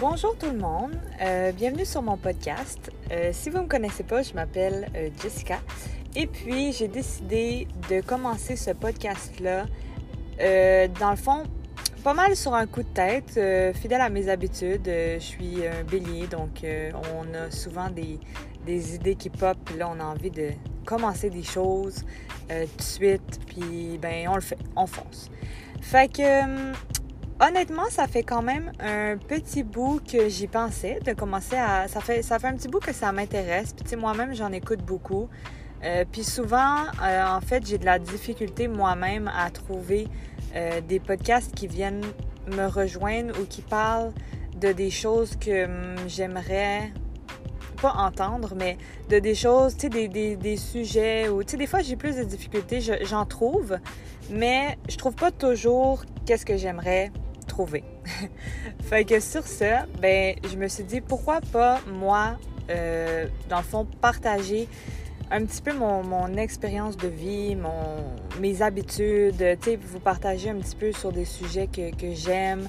Bonjour tout le monde, bienvenue sur mon podcast. Si vous ne me connaissez pas, je m'appelle Jessica et puis j'ai décidé de commencer ce podcast-là, dans le fond, pas mal sur un coup de tête, fidèle à mes habitudes. Je suis un bélier, donc on a souvent des idées qui pop, puis là on a envie de commencer des choses tout de suite, puis ben on le fait, on fonce. Fait que... honnêtement, ça fait quand même un petit bout que j'y pensais, de commencer à... Ça fait un petit bout que ça m'intéresse. Puis tu sais, moi-même, j'en écoute beaucoup. Puis souvent, en fait, j'ai de la difficulté moi-même à trouver des podcasts qui viennent me rejoindre ou qui parlent de des choses que j'aimerais pas entendre, mais de des choses, tu sais, des sujets où, tu sais, des fois, j'ai plus de difficultés, j'en trouve, mais je trouve pas toujours qu'est-ce que j'aimerais trouver. Fait que sur ça, ben, je me suis dit, pourquoi pas, moi, dans le fond, partager un petit peu mon expérience de vie, mes habitudes, tu sais, vous partager un petit peu sur des sujets que j'aime.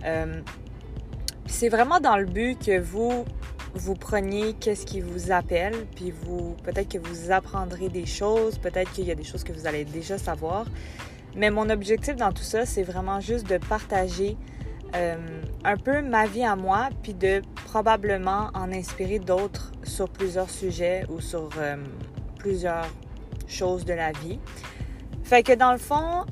Puis c'est vraiment dans le but que vous preniez qu'est-ce qui vous appelle, puis peut-être que vous apprendrez des choses, peut-être qu'il y a des choses que vous allez déjà savoir. Mais mon objectif dans tout ça, c'est vraiment juste de partager un peu ma vie à moi, puis de probablement en inspirer d'autres sur plusieurs sujets ou sur plusieurs choses de la vie. Fait que dans le fond,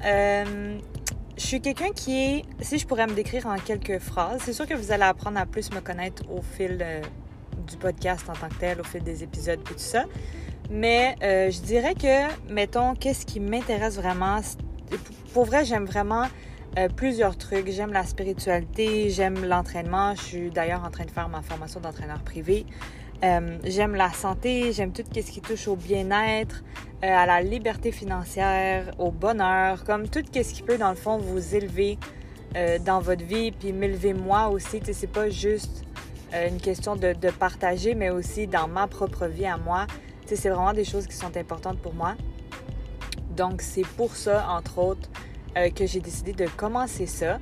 je suis quelqu'un qui est, si je pourrais me décrire en quelques phrases, c'est sûr que vous allez apprendre à plus me connaître au fil du podcast en tant que tel, au fil des épisodes et tout ça. Mais je dirais que, mettons, qu'est-ce qui m'intéresse vraiment? Pour vrai, j'aime vraiment plusieurs trucs. J'aime la spiritualité, j'aime l'entraînement. Je suis d'ailleurs en train de faire ma formation d'entraîneur privé. J'aime la santé, j'aime tout ce qui touche au bien-être, à la liberté financière, au bonheur, comme tout ce qui peut, dans le fond, vous élever dans votre vie, puis m'élever moi aussi. Tu sais, c'est pas juste une question de partager, mais aussi dans ma propre vie à moi. Tu sais, c'est vraiment des choses qui sont importantes pour moi. Donc, c'est pour ça, entre autres, que j'ai décidé de commencer ça.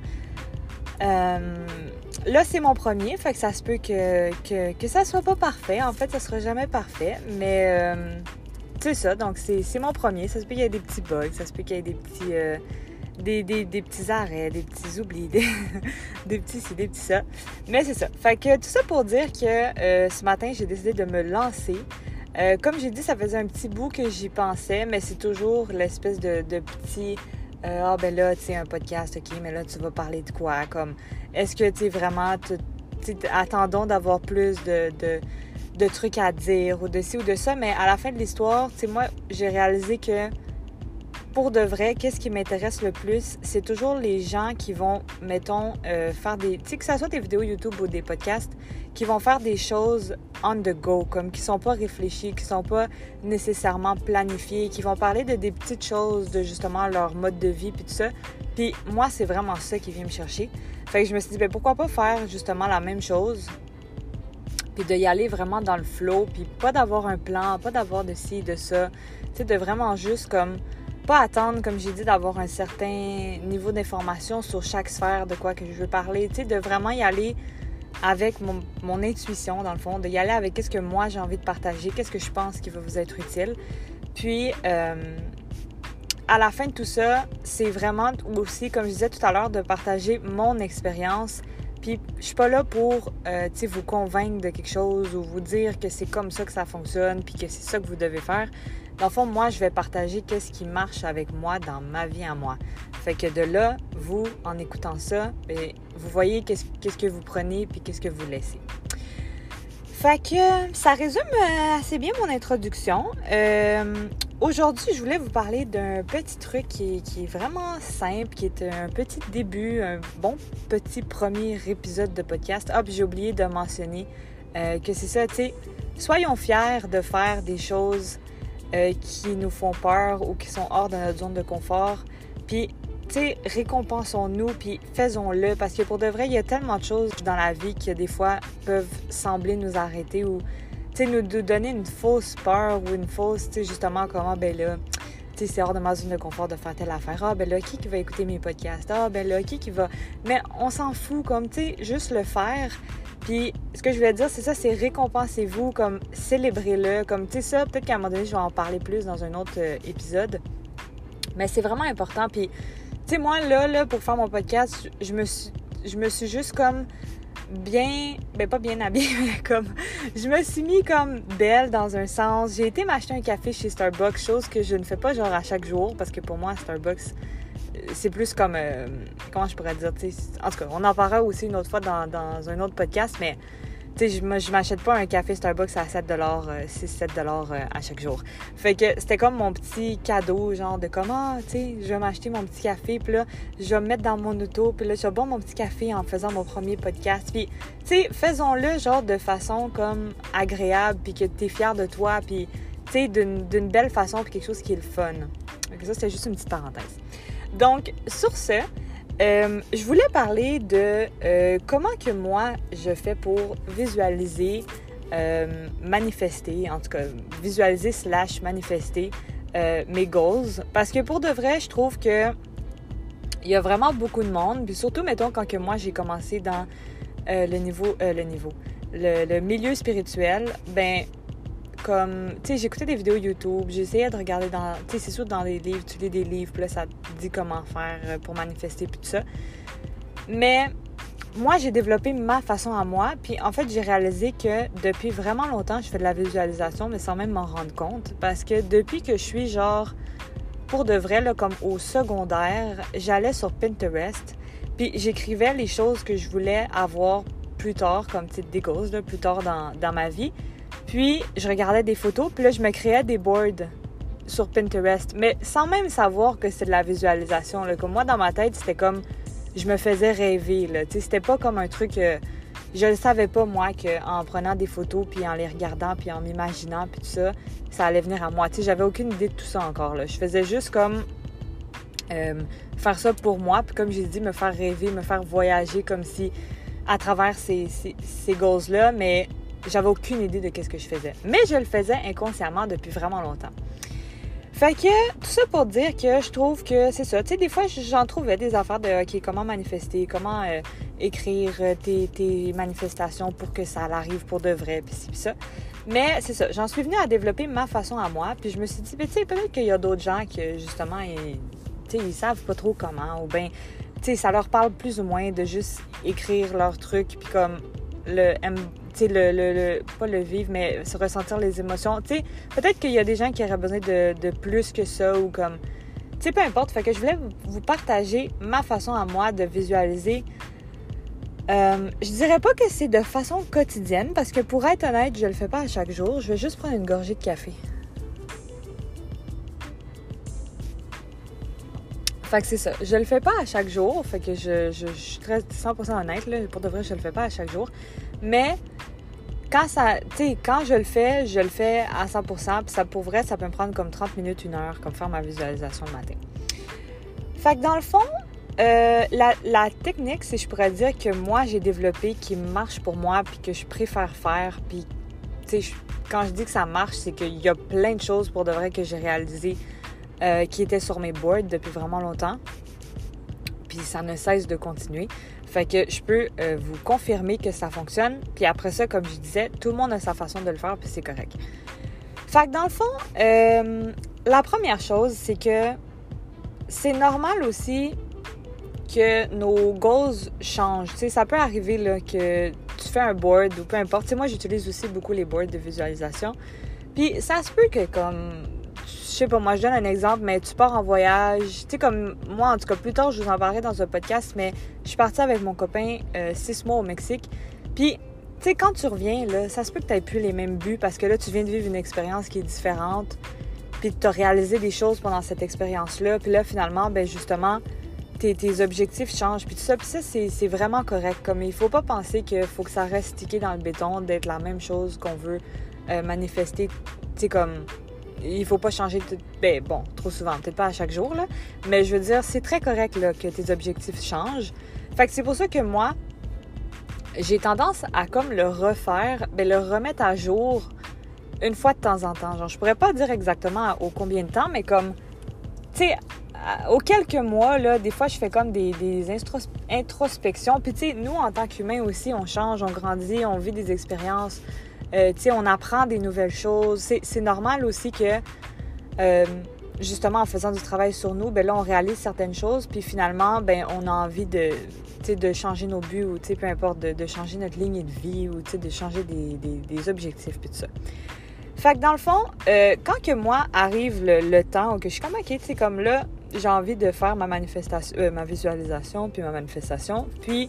Là, c'est mon premier, fait que ça se peut que ça soit pas parfait. En fait, ça sera jamais parfait, mais c'est ça. Donc, c'est mon premier. Ça se peut qu'il y ait des petits bugs, ça se peut qu'il y ait des petits... des petits arrêts, des petits oublis, des petits ci, des petits ça. Mais c'est ça. Fait que tout ça pour dire que ce matin, j'ai décidé de me lancer. Comme j'ai dit, ça faisait un petit bout que j'y pensais, mais c'est toujours l'espèce de petit... ben là, tu sais, un podcast, OK, mais là, tu vas parler de quoi? Comme, est-ce que, tu sais, vraiment, attendons d'avoir plus de trucs à dire ou de ci ou de ça, mais à la fin de l'histoire, tu sais, moi, j'ai réalisé que pour de vrai, qu'est-ce qui m'intéresse le plus, c'est toujours les gens qui vont, mettons, faire des... Tu sais, que ça soit des vidéos YouTube ou des podcasts, qui vont faire des choses on the go, comme qui sont pas réfléchies, qui sont pas nécessairement planifiées, qui vont parler de des petites choses, de justement leur mode de vie, puis tout ça. Puis moi, c'est vraiment ça qui vient me chercher. Fait que je me suis dit, ben pourquoi pas faire justement la même chose, puis de y aller vraiment dans le flow, puis pas d'avoir un plan, pas d'avoir de ci, de ça. Tu sais, de vraiment juste comme... pas attendre, comme j'ai dit, d'avoir un certain niveau d'information sur chaque sphère de quoi que je veux parler. Tu sais, de vraiment y aller avec mon intuition, dans le fond, de y aller avec qu'est-ce que moi j'ai envie de partager, qu'est-ce que je pense qui va vous être utile. Puis, à la fin de tout ça, c'est vraiment aussi, comme je disais tout à l'heure, de partager mon expérience. Puis, je suis pas là pour, tu sais, vous convaincre de quelque chose ou vous dire que c'est comme ça que ça fonctionne puis que c'est ça que vous devez faire. Dans le fond, moi, je vais partager qu'est-ce qui marche avec moi dans ma vie à moi. Fait que de là, vous, en écoutant ça, vous voyez qu'est-ce que vous prenez puis qu'est-ce que vous laissez. Fait que ça résume assez bien mon introduction. Aujourd'hui, je voulais vous parler d'un petit truc qui est vraiment simple, qui est un petit début, un bon petit premier épisode de podcast. Ah, puis j'ai oublié de mentionner que c'est ça, tu sais, soyons fiers de faire des choses qui nous font peur ou qui sont hors de notre zone de confort. Puis, tu sais, récompensons-nous, puis faisons-le, parce que pour de vrai, il y a tellement de choses dans la vie qui, des fois, peuvent sembler nous arrêter ou, tu sais, nous donner une fausse peur ou une fausse, tu sais, justement, comment, ben là, tu tu sais, c'est hors de ma zone de confort de faire telle affaire. Ah, ben là, qui va écouter mes podcasts? Ah, ben là, qui va... Mais on s'en fout, comme, tu sais, juste le faire. Puis, ce que je voulais dire, c'est ça, c'est récompensez-vous, comme, célébrez-le. Comme, tu sais, ça, peut-être qu'à un moment donné, je vais en parler plus dans un autre épisode. Mais c'est vraiment important. Puis, tu sais, moi, là, pour faire mon podcast, je me suis juste comme bien... Ben, pas bien habillée, mais comme... Je me suis mis comme belle dans un sens. J'ai été m'acheter un café chez Starbucks, chose que je ne fais pas genre à chaque jour, parce que pour moi, Starbucks, c'est plus comme... comment je pourrais dire, tu sais... En tout cas, on en parlera aussi une autre fois dans un autre podcast, mais... Tu sais, je m'achète pas un café Starbucks à 7$, 6-7$ à chaque jour. Fait que c'était comme mon petit cadeau, genre de comment, tu sais, je vais m'acheter mon petit café, puis là, je vais me mettre dans mon auto, puis là, je vais boire mon petit café en faisant mon premier podcast. Puis, tu sais, faisons-le genre de façon comme agréable, puis que tu es fier de toi, puis, tu sais, d'une belle façon, puis quelque chose qui est le fun. Donc ça, c'était juste une petite parenthèse. Donc, sur ce... je voulais parler de comment que moi, je fais pour visualiser, manifester, en tout cas, visualiser / manifester mes goals. Parce que pour de vrai, je trouve que il y a vraiment beaucoup de monde. Puis surtout, mettons, quand que moi, j'ai commencé dans le milieu spirituel, ben comme, tu sais, j'écoutais des vidéos YouTube, j'essayais de regarder dans, tu sais, c'est sûr dans des livres, tu lis des livres, puis là, ça te dit comment faire pour manifester, puis tout ça. Mais moi, j'ai développé ma façon à moi, puis en fait, j'ai réalisé que depuis vraiment longtemps, je fais de la visualisation, mais sans même m'en rendre compte, parce que depuis que je suis genre, pour de vrai, là, comme au secondaire, j'allais sur Pinterest, puis j'écrivais les choses que je voulais avoir plus tard, comme, tu sais, des goals, là, plus tard dans ma vie. Puis, je regardais des photos, puis là, je me créais des boards sur Pinterest, mais sans même savoir que c'est de la visualisation. Là. Comme moi, dans ma tête, c'était comme... Je me faisais rêver, là. Tu sais, c'était pas comme un truc... je le savais pas, moi, qu'en prenant des photos, puis en les regardant, puis en m'imaginant, puis tout ça, ça allait venir à moi. Tu sais, j'avais aucune idée de tout ça encore, là. Je faisais juste comme... faire ça pour moi, puis comme j'ai dit, me faire rêver, me faire voyager comme si... à travers ces goals-là, mais... J'avais aucune idée de qu'est-ce que je faisais. Mais je le faisais inconsciemment depuis vraiment longtemps. Fait que, tout ça pour dire que je trouve que c'est ça. Tu sais, des fois, j'en trouvais des affaires de, OK, comment manifester, comment écrire tes manifestations pour que ça arrive pour de vrai, puis ci, puis ça. Mais c'est ça, j'en suis venue à développer ma façon à moi, puis je me suis dit, tu sais, peut-être qu'il y a d'autres gens qui, justement, ils savent pas trop comment, ou bien, tu sais, ça leur parle plus ou moins de juste écrire leur truc, puis comme tu sais, pas le vivre, mais se ressentir les émotions. Tu sais, peut-être qu'il y a des gens qui auraient besoin de plus que ça ou comme... Tu sais, peu importe. Fait que je voulais vous partager ma façon à moi de visualiser. Je dirais pas que c'est de façon quotidienne parce que pour être honnête, je le fais pas à chaque jour. Je vais juste prendre une gorgée de café. Fait que c'est ça. Je le fais pas à chaque jour. Fait que je suis très 100% honnête. Là. Pour de vrai, je le fais pas à chaque jour. Mais quand je le fais à 100%. Puis ça, pour vrai, ça peut me prendre comme 30 minutes, 1 heure, comme faire ma visualisation le matin. Fait que dans le fond, la technique, si je pourrais dire que moi, j'ai développé, qui marche pour moi, puis que je préfère faire, puis tu sais, quand je dis que ça marche, c'est qu'il y a plein de choses pour de vrai que j'ai réalisées qui étaient sur mes boards depuis vraiment longtemps. Puis ça ne cesse de continuer. Fait que je peux vous confirmer que ça fonctionne. Puis après ça, comme je disais, tout le monde a sa façon de le faire, puis c'est correct. Fait que dans le fond, la première chose, c'est que c'est normal aussi que nos goals changent. Tu sais, ça peut arriver là, que tu fais un board ou peu importe. Tu sais, moi, j'utilise aussi beaucoup les boards de visualisation. Puis ça se peut que comme... Je sais pas, moi, je donne un exemple, mais tu pars en voyage. Tu sais, comme moi, en tout cas, plus tard, je vous en parlerai dans un podcast, mais je suis partie avec mon copain 6 mois au Mexique. Puis, tu sais, quand tu reviens, là, ça se peut que tu n'aies plus les mêmes buts parce que là, tu viens de vivre une expérience qui est différente. Puis, tu as réalisé des choses pendant cette expérience-là. Puis là, finalement, ben justement, tes objectifs changent. Puis tout ça, c'est vraiment correct. Comme il faut pas penser qu'il faut que ça reste stické dans le béton, d'être la même chose qu'on veut manifester. Tu sais, comme... Il faut pas changer trop souvent, peut-être pas à chaque jour, là. Mais je veux dire, c'est très correct là, que tes objectifs changent. Fait que c'est pour ça que moi, j'ai tendance à comme le refaire, le remettre à jour une fois de temps en temps. Genre, je pourrais pas dire exactement au combien de temps, mais comme tu sais, aux quelques mois, là, des fois, je fais comme des introspections. Puis, tu sais, nous, en tant qu'humains aussi, on change, on grandit, on vit des expériences. Tu sais, on apprend des nouvelles choses. C'est normal aussi que, justement, en faisant du travail sur nous, ben là, on réalise certaines choses. Puis, finalement, ben on a envie de changer nos buts ou, tu sais, peu importe, de changer notre ligne de vie ou, tu sais, de changer des objectifs, puis tout ça. Fait que dans le fond, quand que moi arrive le temps où que je suis comme, OK, tu sais, comme là, j'ai envie de faire ma manifestation, ma visualisation, puis ma manifestation, puis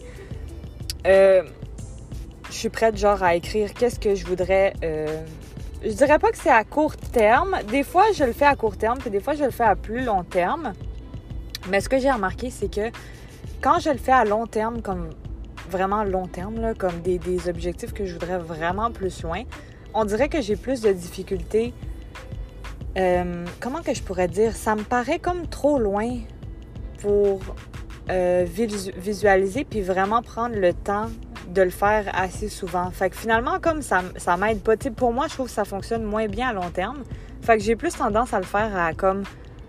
je suis prête, genre, à écrire qu'est-ce que je voudrais. Je dirais pas que c'est à court terme. Des fois, je le fais à court terme, puis des fois, je le fais à plus long terme. Mais ce que j'ai remarqué, c'est que quand je le fais à long terme, comme vraiment long terme, là, comme des objectifs que je voudrais vraiment plus loin, on dirait que j'ai plus de difficultés. Comment que je pourrais dire? Ça me paraît comme trop loin pour visualiser puis vraiment prendre le temps de le faire assez souvent. Fait que finalement, comme ça m'aide pas. T'sais, pour moi, je trouve que ça fonctionne moins bien à long terme. Fait que j'ai plus tendance à le faire à comme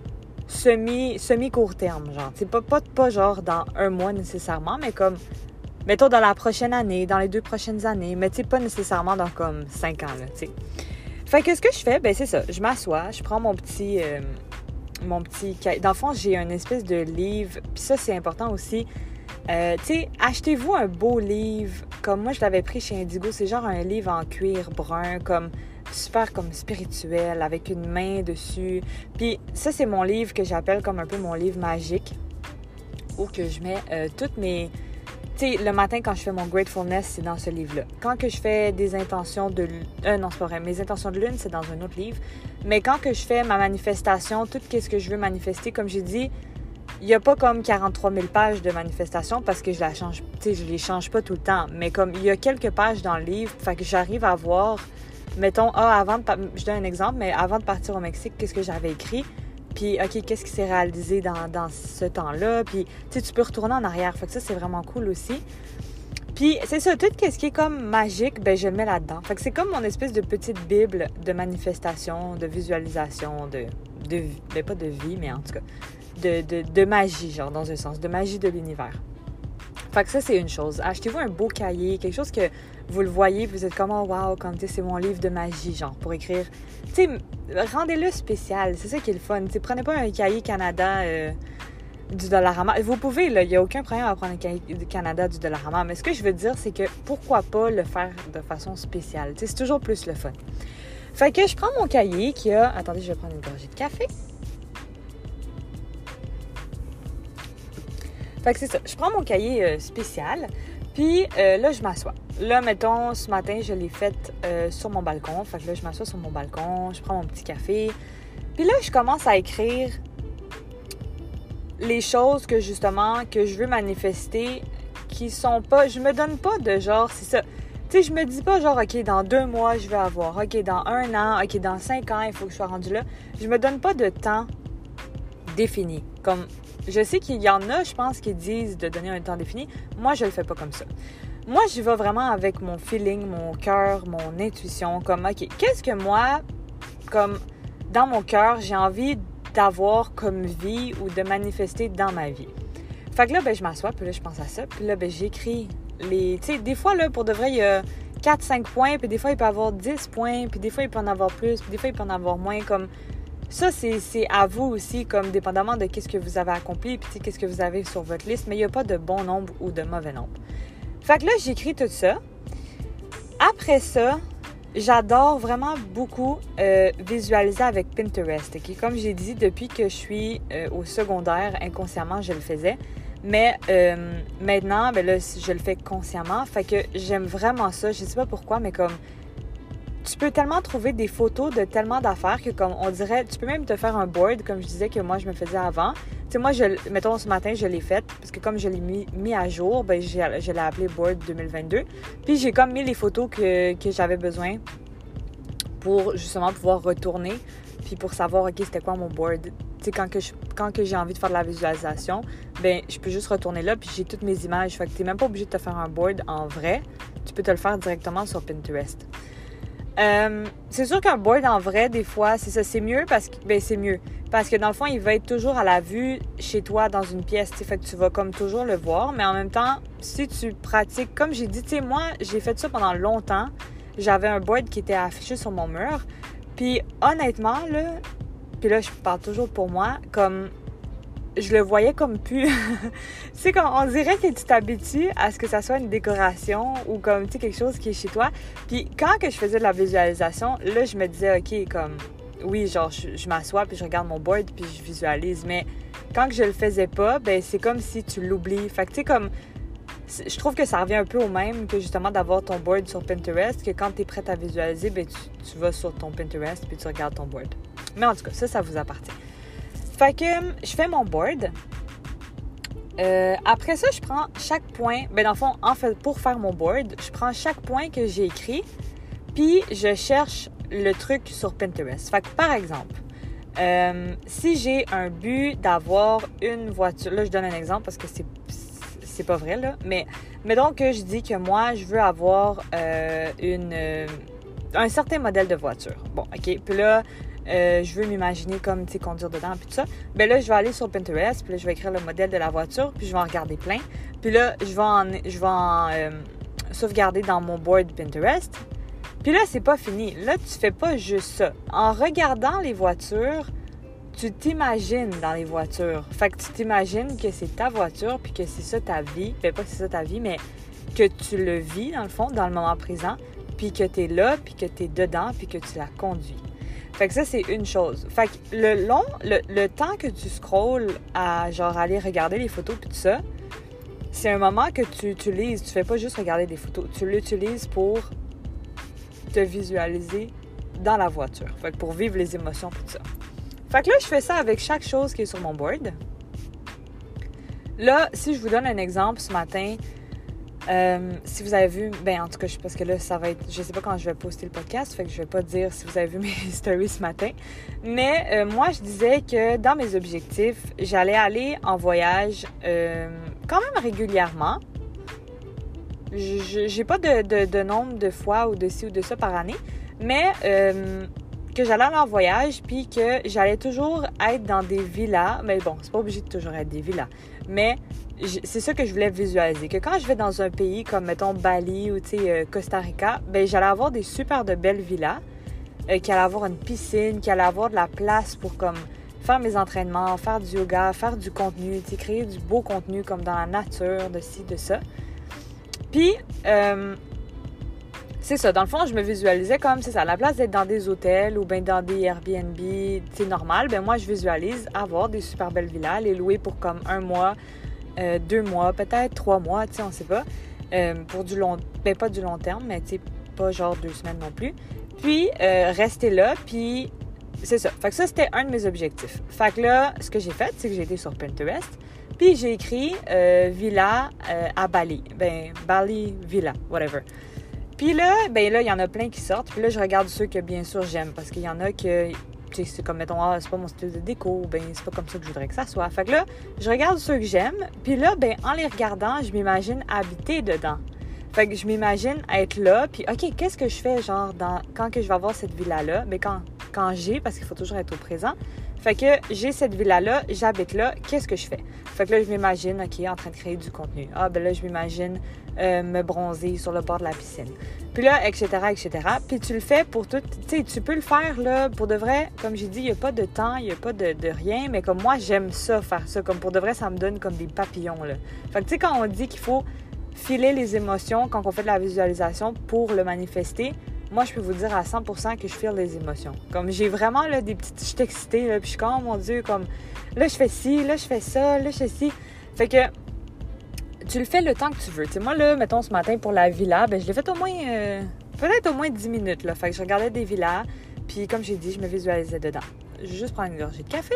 semi-court terme. Genre, t'sais, pas genre dans un mois nécessairement, mais comme mettons dans la prochaine année, dans les 2 prochaines années, mais tu sais, pas nécessairement dans comme 5 ans, là, tu sais. Fait que ce que je fais, ben c'est ça, je m'assois, je prends mon petit cahier. Dans le fond, j'ai une espèce de livre, puis ça, c'est important aussi. Tu sais, achetez-vous un beau livre, comme moi, je l'avais pris chez Indigo, c'est genre un livre en cuir brun, comme super comme spirituel, avec une main dessus. Puis ça, c'est mon livre que j'appelle comme un peu mon livre magique, où que je mets toutes mes... Tu sais, le matin, quand je fais mon gratefulness, c'est dans ce livre-là. Quand que je fais des intentions de... non, c'est pas vrai. Mes intentions de lune, c'est dans un autre livre. Mais quand que je fais ma manifestation, tout ce que je veux manifester, comme j'ai dit, il n'y a pas comme 43 000 pages de manifestation parce que je la change... Tu sais, je les change pas tout le temps. Mais comme il y a quelques pages dans le livre, fait que j'arrive à voir... Mettons, je donne un exemple, mais avant de partir au Mexique, qu'est-ce que j'avais écrit? Puis, OK, qu'est-ce qui s'est réalisé dans ce temps-là? Puis, tu sais, tu peux retourner en arrière. Fait que ça, c'est vraiment cool aussi. Puis, c'est ça, tout ce qui est comme magique, ben je le mets là-dedans. Fait que c'est comme mon espèce de petite bible de manifestation, de visualisation, ben pas de vie, mais en tout cas, de magie, genre, dans un sens, de magie de l'univers. Fait que ça, c'est une chose. Achetez-vous un beau cahier, quelque chose que vous le voyez, vous êtes comme, oh wow, comme, tu sais, c'est mon livre de magie, genre, pour écrire. Tu sais, rendez-le spécial, c'est ça qui est le fun. Tu sais, prenez pas un cahier Canada du Dollarama. Vous pouvez, là, il n'y a aucun problème à prendre un cahier du Canada du Dollarama, mais ce que je veux dire, c'est que pourquoi pas le faire de façon spéciale? Tu sais, c'est toujours plus le fun. Fait que je prends mon cahier qui a... Attendez, je vais prendre une gorgée de café. Fait que c'est ça. Je prends mon cahier spécial, puis là, je m'assois. Là, mettons, ce matin, je l'ai fait sur mon balcon. Fait que là, je m'assois sur mon balcon, je prends mon petit café. Puis là, je commence à écrire les choses que, justement, que je veux manifester qui sont pas... Je me donne pas de genre, c'est ça. Tu sais, je me dis pas genre, OK, dans 2 mois, je vais avoir. OK, dans 1 an. OK, dans 5 ans, il faut que je sois rendue là. Je me donne pas de temps défini. Comme... Je sais qu'il y en a, je pense, qui disent de donner un temps défini. Moi, je le fais pas comme ça. Moi, j'y vais vraiment avec mon feeling, mon cœur, mon intuition. Comme, OK, qu'est-ce que moi, comme dans mon cœur, j'ai envie d'avoir comme vie ou de manifester dans ma vie. Fait que là, ben, je m'assois, puis là, je pense à ça. Puis là, ben, j'écris les... Tu sais, des fois, là, pour de vrai, il y a 4-5 points, puis des fois, il peut y avoir 10 points, puis des fois, il peut en avoir plus, puis des fois, il peut en avoir moins, comme... Ça, c'est à vous aussi, comme dépendamment de qu'est-ce que vous avez accompli, puis qu'est-ce que vous avez sur votre liste, mais il n'y a pas de bon nombre ou de mauvais nombre. Fait que là, j'écris tout ça. Après ça, j'adore vraiment beaucoup visualiser avec Pinterest. Okay? Comme j'ai dit, depuis que je suis au secondaire, inconsciemment, je le faisais. Mais maintenant, ben là, je le fais consciemment. Fait que j'aime vraiment ça. Je sais pas pourquoi, mais comme... Tu peux tellement trouver des photos de tellement d'affaires que, comme on dirait, tu peux même te faire un board, comme je disais que moi, je me faisais avant. Tu sais, moi, mettons, ce matin, je l'ai fait, parce que comme je l'ai mis à jour, ben je l'ai appelé Board 2022. Puis, j'ai comme mis les photos que j'avais besoin pour, justement, pouvoir retourner, puis pour savoir, OK, c'était quoi mon board. Tu sais, quand que j'ai envie de faire de la visualisation, ben je peux juste retourner là, puis j'ai toutes mes images. Fait que t'es même pas obligé de te faire un board en vrai. Tu peux te le faire directement sur Pinterest. C'est sûr qu'un board en vrai, des fois, c'est ça, c'est mieux parce que, c'est mieux. Parce que dans le fond, il va être toujours à la vue chez toi dans une pièce, tu sais, fait que tu vas comme toujours le voir. Mais en même temps, si tu pratiques, comme j'ai dit, tu sais, moi, j'ai fait ça pendant longtemps. J'avais un board qui était affiché sur mon mur. Puis honnêtement, là, puis là, je parle toujours pour moi, comme je le voyais comme plus. C'est comme, on dirait que tu t'habitues à ce que ça soit une décoration ou comme, tu sais, quelque chose qui est chez toi. Puis quand que je faisais de la visualisation, là, je me disais, OK, comme, oui, genre, je m'assois puis je regarde mon board puis je visualise. Mais quand que je le faisais pas, ben c'est comme si tu l'oublies. Fait que, tu sais, comme, je trouve que ça revient un peu au même que justement d'avoir ton board sur Pinterest, que quand tu es prête à visualiser, ben tu vas sur ton Pinterest puis tu regardes ton board. Mais en tout cas, ça vous appartient. Fait que je fais mon board. Après ça, je prends chaque point. Ben dans le fond, en fait, pour faire mon board, je prends chaque point que j'ai écrit, puis je cherche le truc sur Pinterest. Fait que par exemple, si j'ai un but d'avoir une voiture, là je donne un exemple parce que c'est pas vrai là, mais donc je dis que moi je veux avoir un certain modèle de voiture. Bon, ok, puis là je veux m'imaginer comme, tu sais, conduire dedans, puis tout ça. Ben là, je vais aller sur Pinterest, puis là, je vais écrire le modèle de la voiture, puis je vais en regarder plein. Puis là, je vais en sauvegarder dans mon board Pinterest. Puis là, c'est pas fini. Là, tu fais pas juste ça. En regardant les voitures, tu t'imagines dans les voitures. Fait que tu t'imagines que c'est ta voiture, puis que c'est ça ta vie. Ben pas que c'est ça ta vie, mais que tu le vis, dans le fond, dans le moment présent, puis que t'es là, puis que t'es dedans, puis que tu la conduis. Fait que ça, c'est une chose. Fait que le temps que tu scrolles à, genre, aller regarder les photos pis tout ça, c'est un moment que tu utilises. Tu fais pas juste regarder des photos. Tu l'utilises pour te visualiser dans la voiture. Fait que pour vivre les émotions pis tout ça. Fait que là, je fais ça avec chaque chose qui est sur mon board. Là, si je vous donne un exemple ce matin... si vous avez vu, ben en tout cas, parce que là, ça va être, je sais pas quand je vais poster le podcast, fait que je vais pas dire si vous avez vu mes stories ce matin, mais moi, je disais que dans mes objectifs, j'allais aller en voyage quand même régulièrement. J'ai pas de nombre de fois ou de ci ou de ça par année, mais que j'allais aller en voyage, puis que j'allais toujours être dans des villas, mais bon, c'est pas obligé de toujours être des villas, mais c'est ça que je voulais visualiser, que quand je vais dans un pays comme, mettons, Bali ou, tu sais, Costa Rica, ben j'allais avoir des super de belles villas, qui allaient avoir une piscine, qui allaient avoir de la place pour, comme, faire mes entraînements, faire du yoga, faire du contenu, tu sais, créer du beau contenu, comme dans la nature, de ci, de ça. Puis, c'est ça, dans le fond, je me visualisais comme, c'est ça, à la place d'être dans des hôtels ou bien dans des Airbnb, tu sais, normal, ben moi, je visualise avoir des super belles villas, les louer pour comme 1 mois, 2 mois, peut-être 3 mois, tu sais, on sait pas, pour du long, ben pas du long terme, mais tu sais, pas genre 2 semaines non plus. Puis, rester là, puis c'est ça. Fait que ça, c'était un de mes objectifs. Fait que là, ce que j'ai fait, c'est que j'ai été sur Pinterest, puis j'ai écrit villa à Bali. Ben, Bali Villa, whatever. Puis là, ben là, il y en a plein qui sortent. Puis là, je regarde ceux que, bien sûr, j'aime. Parce qu'il y en a que, tu sais, c'est comme, mettons, c'est pas mon style de déco. Ben, c'est pas comme ça que je voudrais que ça soit. Fait que là, je regarde ceux que j'aime. Puis là, ben, en les regardant, je m'imagine habiter dedans. Fait que je m'imagine être là. Puis, OK, qu'est-ce que je fais, genre, quand que je vais avoir cette villa-là? Ben, quand j'ai, parce qu'il faut toujours être au présent. Fait que j'ai cette villa-là, j'habite là, qu'est-ce que je fais? Fait que là, je m'imagine, OK, en train de créer du contenu. Ah, ben là, je m'imagine me bronzer sur le bord de la piscine. Puis là, etc., etc. Puis tu le fais pour tout... Tu sais, tu peux le faire, là, pour de vrai. Comme j'ai dit, il n'y a pas de temps, il n'y a pas de rien. Mais comme moi, j'aime ça, faire ça. Comme pour de vrai, ça me donne comme des papillons, là. Fait que tu sais, quand on dit qu'il faut filer les émotions quand on fait de la visualisation pour le manifester... Moi, je peux vous dire à 100% que je file les émotions. Comme j'ai vraiment là, des petites... Je suis excitée, là, puis je suis comme, oh mon Dieu, comme... Là, je fais ci, là, je fais ça, là, je fais ci. Fait que tu le fais le temps que tu veux. Tu sais, moi, là, mettons, ce matin, pour la villa, ben je l'ai fait au moins... peut-être au moins 10 minutes, là. Fait que je regardais des villas, puis comme j'ai dit, je me visualisais dedans. Je vais juste prendre une gorgée de café.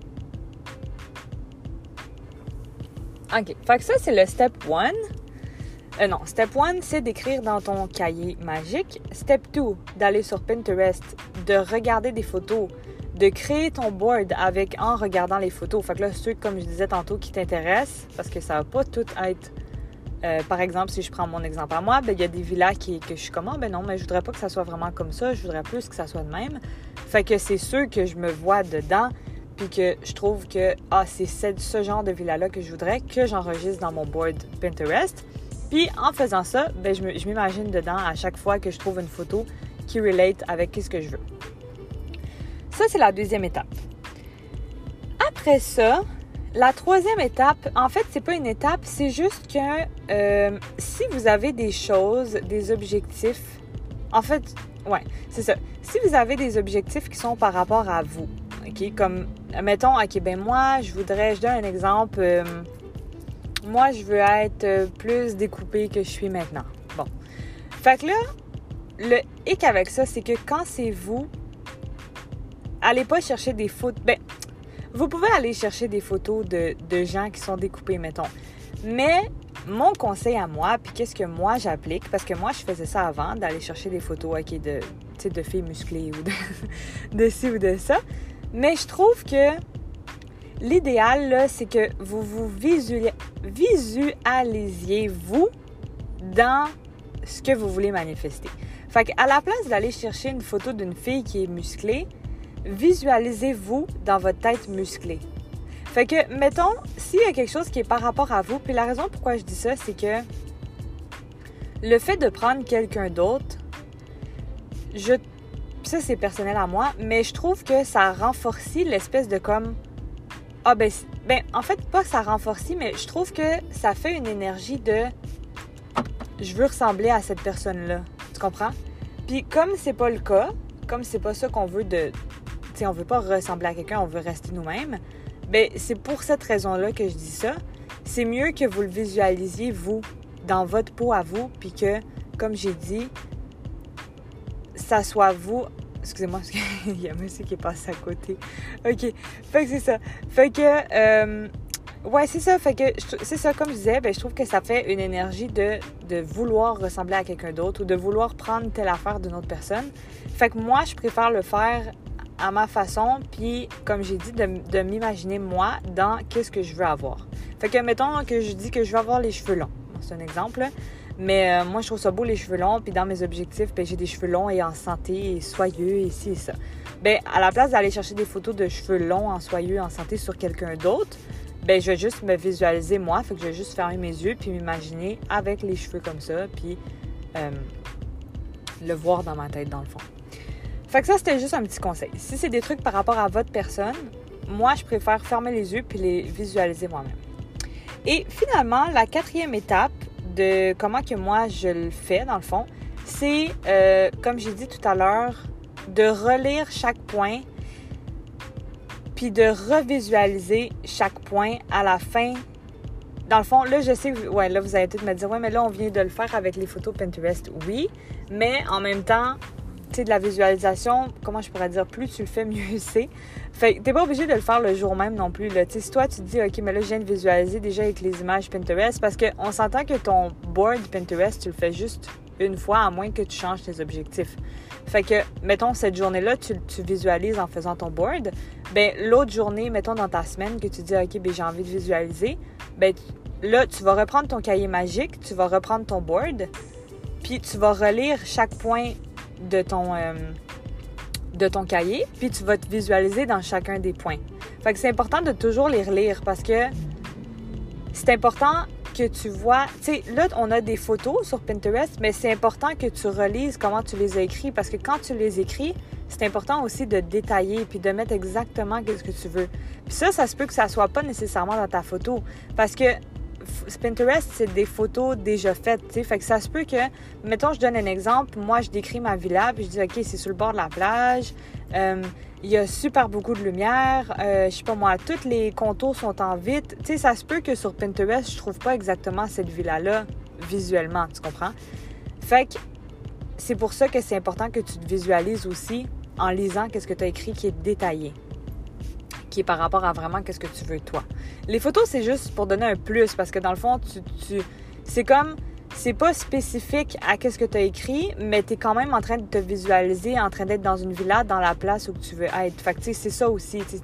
OK. Fait que ça, c'est le step 1. Non, step 1, c'est d'écrire dans ton cahier magique. Step 2, d'aller sur Pinterest, de regarder des photos, de créer ton board en regardant les photos. Fait que là, ceux, comme je disais tantôt, qui t'intéressent, parce que ça va pas tout être Par exemple, si je prends mon exemple à moi, il y a des villas que je suis comme, non, mais je voudrais pas que ça soit vraiment comme ça, je voudrais plus que ça soit de même. Fait que c'est sûr que je me vois dedans, puis que je trouve que, c'est ce genre de villa-là que je voudrais que j'enregistre dans mon board Pinterest. Puis en faisant ça, je m'imagine dedans à chaque fois que je trouve une photo qui relate avec ce que je veux. Ça, c'est la deuxième étape. Après ça, la troisième étape, en fait, c'est pas une étape, c'est juste que si vous avez des choses, des objectifs, en fait, c'est ça. Si vous avez des objectifs qui sont par rapport à vous, OK, comme, mettons, moi, je donne un exemple, moi, je veux être plus découpée que je suis maintenant. Bon. Fait que là, le hic avec ça, c'est que quand c'est vous, allez pas chercher des photos. Vous pouvez aller chercher des photos de gens qui sont découpés, mettons. Mais mon conseil à moi, puis qu'est-ce que moi j'applique, parce que moi je faisais ça avant, d'aller chercher des photos de filles musclées ou de ci ou de ça. Mais je trouve que l'idéal, là, c'est que vous visualisiez vous dans ce que vous voulez manifester. Fait qu'à la place d'aller chercher une photo d'une fille qui est musclée, visualisez-vous dans votre tête musclée. Fait que, mettons, s'il y a quelque chose qui est par rapport à vous, puis la raison pourquoi je dis ça, c'est que le fait de prendre quelqu'un d'autre, ça c'est personnel à moi, mais je trouve que ça renforce l'espèce de comme... en fait, pas que ça renforce, mais je trouve que ça fait une énergie de... Je veux ressembler à cette personne-là. Tu comprends? Puis comme c'est pas le cas, comme c'est pas ça qu'on veut de... Tu sais, on veut pas ressembler à quelqu'un, on veut rester nous-mêmes. C'est pour cette raison-là que je dis ça. C'est mieux que vous le visualisiez, vous, dans votre peau à vous, puis que, comme j'ai dit, ça soit vous... Excusez-moi, parce qu'il y a un monsieur qui est passé à côté. OK. Fait que c'est ça. Fait que... c'est ça. Fait que c'est ça, comme je disais, je trouve que ça fait une énergie de vouloir ressembler à quelqu'un d'autre ou de vouloir prendre telle affaire d'une autre personne. Fait que moi, je préfère le faire à ma façon, puis comme j'ai dit, de m'imaginer moi dans qu'est-ce que je veux avoir. Fait que mettons que je dis que je veux avoir les cheveux longs. C'est un exemple, là. Mais moi, je trouve ça beau les cheveux longs, puis dans mes objectifs, j'ai des cheveux longs et en santé et soyeux et ci et ça. À la place d'aller chercher des photos de cheveux longs, en soyeux, en santé sur quelqu'un d'autre, je vais juste me visualiser moi, fait que je vais juste fermer mes yeux puis m'imaginer avec les cheveux comme ça, puis le voir dans ma tête dans le fond. Fait que ça, c'était juste un petit conseil. Si c'est des trucs par rapport à votre personne, moi, je préfère fermer les yeux puis les visualiser moi-même. Et finalement, la quatrième étape de comment que moi, je le fais, dans le fond, c'est, comme j'ai dit tout à l'heure, de relire chaque point puis de revisualiser chaque point à la fin. Dans le fond, là, je sais que là, vous allez peut-être me dire, mais là, on vient de le faire avec les photos Pinterest. Oui, mais en même temps, tu sais, de la visualisation, comment je pourrais dire, plus tu le fais, mieux c'est. Fait que t'es pas obligé de le faire le jour même non plus, là. Tu sais, si toi, tu te dis, OK, mais là, je viens de visualiser déjà avec les images Pinterest, parce qu'on s'entend que ton board Pinterest, tu le fais juste une fois, à moins que tu changes tes objectifs. Fait que, mettons, cette journée-là, tu visualises en faisant ton board. L'autre journée, mettons, dans ta semaine, que tu dis, OK, j'ai envie de visualiser, là, tu vas reprendre ton cahier magique, tu vas reprendre ton board, puis tu vas relire chaque point de ton cahier, puis tu vas te visualiser dans chacun des points. Fait que c'est important de toujours les relire parce que c'est important que tu vois... Tu sais, là, on a des photos sur Pinterest, mais c'est important que tu relises comment tu les as écrits parce que quand tu les écris, c'est important aussi de détailler puis de mettre exactement ce que tu veux. Puis ça se peut que ça soit pas nécessairement dans ta photo parce que Pinterest, c'est des photos déjà faites, tu sais. Fait que ça se peut que, mettons, je donne un exemple. Moi, je décris ma villa, puis je dis, OK, c'est sur le bord de la plage. Il y a super beaucoup de lumière. Je sais pas moi, tous les contours sont en vitre. Tu sais, ça se peut que sur Pinterest, je trouve pas exactement cette villa-là visuellement, tu comprends? Fait que c'est pour ça que c'est important que tu te visualises aussi en lisant qu'est-ce que tu as écrit qui est détaillé, qui est par rapport à vraiment qu'est-ce que tu veux toi. Les photos, c'est juste pour donner un plus parce que dans le fond, c'est comme, c'est pas spécifique à qu'est-ce que tu as écrit, mais tu es quand même en train de te visualiser, en train d'être dans une villa, dans la place où tu veux être. Fait que tu sais, c'est ça aussi.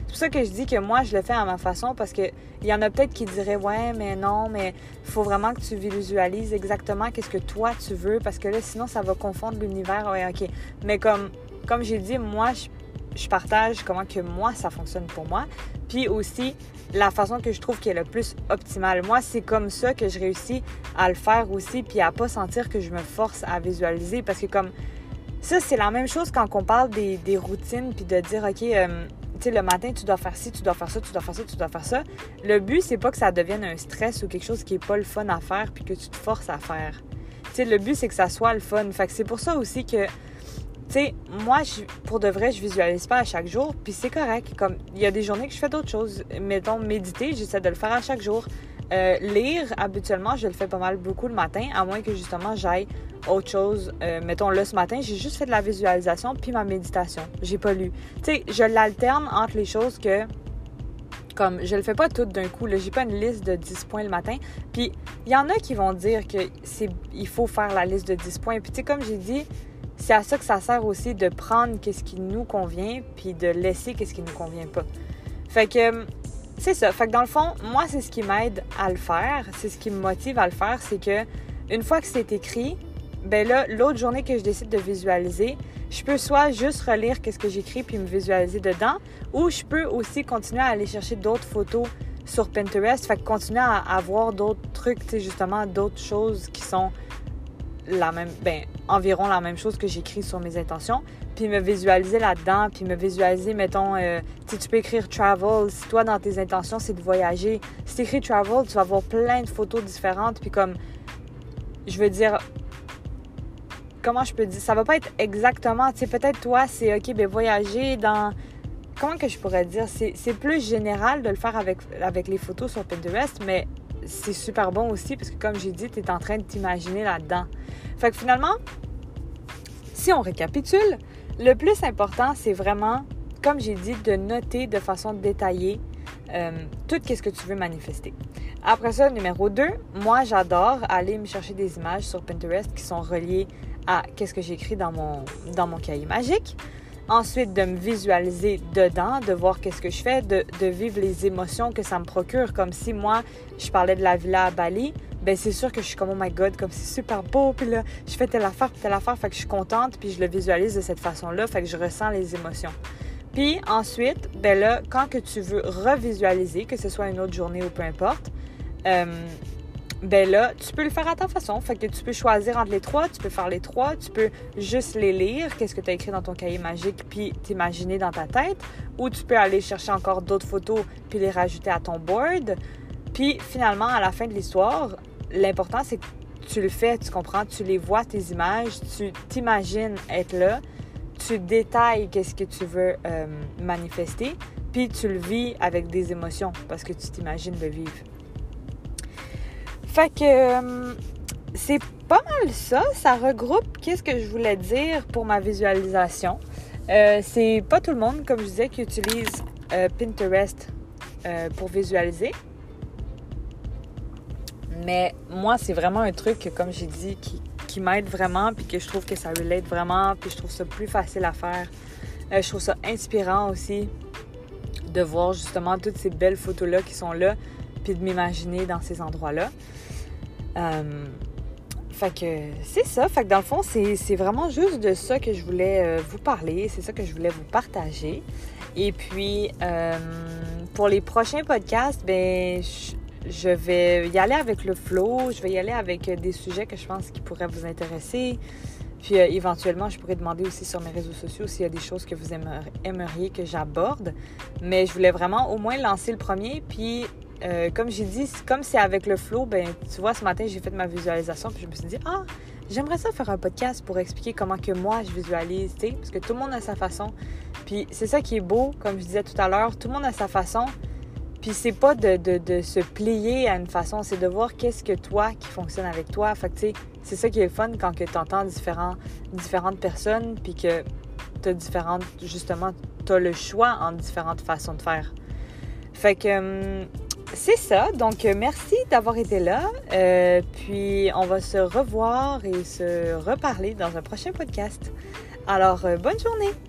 C'est pour ça que je dis que moi, je le fais à ma façon parce que il y en a peut-être qui diraient « Ouais, mais non, mais il faut vraiment que tu visualises exactement qu'est-ce que toi, tu veux parce que là, sinon, ça va confondre l'univers. » Ouais, OK. Mais comme j'ai dit, moi, je partage comment que moi, ça fonctionne pour moi. Puis aussi, la façon que je trouve qui est le plus optimale. Moi, c'est comme ça que je réussis à le faire aussi puis à pas sentir que je me force à visualiser parce que comme ça, c'est la même chose quand on parle des routines puis de dire « OK, tu sais, le matin, tu dois faire ci, tu dois faire ça, tu dois faire ça, tu dois faire ça. » Le but, c'est pas que ça devienne un stress ou quelque chose qui est pas le fun à faire puis que tu te forces à faire. Tu sais, le but, c'est que ça soit le fun. Fait que c'est pour ça aussi que, tu sais, moi, pour de vrai, je visualise pas à chaque jour puis c'est correct. Comme, il y a des journées que je fais d'autres choses. Mettons, méditer, j'essaie de le faire à chaque jour. Lire, habituellement, je le fais pas mal beaucoup le matin, à moins que justement j'aille autre chose. Mettons, là, ce matin, j'ai juste fait de la visualisation puis ma méditation. J'ai pas lu. Tu sais, je l'alterne entre les choses que, comme, je le fais pas tout d'un coup. Là, j'ai pas une liste de 10 points le matin. Puis, il y en a qui vont dire il faut faire la liste de 10 points. Puis, tu sais, comme j'ai dit, c'est à ça que ça sert aussi de prendre qu'est-ce qui nous convient puis de laisser qu'est-ce qui nous convient pas. Fait que c'est ça. Fait que dans le fond, moi, c'est ce qui m'aide à le faire. C'est ce qui me motive à le faire. C'est que une fois que c'est écrit, ben là, l'autre journée que je décide de visualiser, je peux soit juste relire qu'est-ce que j'écris puis me visualiser dedans, ou je peux aussi continuer à aller chercher d'autres photos sur Pinterest. Fait que continuer à avoir d'autres trucs, tu sais, justement, d'autres choses qui sont environ la même chose que j'écris sur mes intentions, puis me visualiser là-dedans, puis me visualiser, mettons, tu peux écrire « travel », si toi, dans tes intentions, c'est de voyager. Si tu écris « travel », tu vas avoir plein de photos différentes, puis comme, je veux dire, comment je peux dire, ça va pas être exactement, tu sais, peut-être toi, c'est « OK, ben voyager dans... » Comment que je pourrais dire? C'est plus général de le faire avec les photos sur Pinterest, mais c'est super bon aussi, parce que comme j'ai dit, tu es en train de t'imaginer là-dedans. Fait que finalement, si on récapitule, le plus important, c'est vraiment, comme j'ai dit, de noter de façon détaillée tout ce que tu veux manifester. Après ça, numéro 2, moi, j'adore aller me chercher des images sur Pinterest qui sont reliées à qu'est-ce que j'ai écrit dans mon cahier magique. Ensuite, de me visualiser dedans, de voir qu'est-ce que je fais, de vivre les émotions que ça me procure. Comme si moi, je parlais de la villa à Bali, ben c'est sûr que je suis comme « Oh my God », comme c'est super beau, puis là, je fais telle affaire, fait que je suis contente, puis je le visualise de cette façon-là, fait que je ressens les émotions. Puis ensuite, ben là, quand que tu veux revisualiser, que ce soit une autre journée ou peu importe, ben là, tu peux le faire à ta façon. Fait que tu peux choisir entre les trois, tu peux faire les trois, tu peux juste les lire, qu'est-ce que tu as écrit dans ton cahier magique, puis t'imaginer dans ta tête, ou tu peux aller chercher encore d'autres photos, puis les rajouter à ton board. Puis finalement, à la fin de l'histoire, l'important, c'est que tu le fais, tu comprends, tu les vois, tes images, tu t'imagines être là, tu détailles qu'est-ce que tu veux manifester, puis tu le vis avec des émotions, parce que tu t'imagines le vivre. Fait que c'est pas mal ça. Ça regroupe qu'est-ce que je voulais dire pour ma visualisation. C'est pas tout le monde, comme je disais, qui utilise Pinterest pour visualiser. Mais moi, c'est vraiment un truc, comme j'ai dit, qui m'aide vraiment, puis que je trouve que ça relate vraiment, puis je trouve ça plus facile à faire. Je trouve ça inspirant aussi de voir justement toutes ces belles photos-là qui sont là, puis de m'imaginer dans ces endroits-là. Fait que c'est ça. Fait que dans le fond, c'est vraiment juste de ça que je voulais vous parler. C'est ça que je voulais vous partager. Et puis, pour les prochains podcasts, ben je vais y aller avec le flow. Je vais y aller avec des sujets que je pense qui pourraient vous intéresser. Puis éventuellement, je pourrais demander aussi sur mes réseaux sociaux s'il y a des choses que vous aimeriez que j'aborde. Mais je voulais vraiment au moins lancer le premier. Puis, comme j'ai dit, comme c'est avec le flow, ben tu vois, ce matin, j'ai fait ma visualisation. Puis je me suis dit, j'aimerais ça faire un podcast pour expliquer comment que moi, je visualise, tu sais. Parce que tout le monde a sa façon. Puis c'est ça qui est beau, comme je disais tout à l'heure. Tout le monde a sa façon. Puis c'est pas de se plier à une façon, c'est de voir qu'est-ce que toi qui fonctionne avec toi. Fait que tu sais, c'est ça qui est le fun quand tu entends différentes personnes, puis que t'as le choix entre différentes façons de faire. Fait que c'est ça. Donc merci d'avoir été là. Puis on va se revoir et se reparler dans un prochain podcast. Alors bonne journée!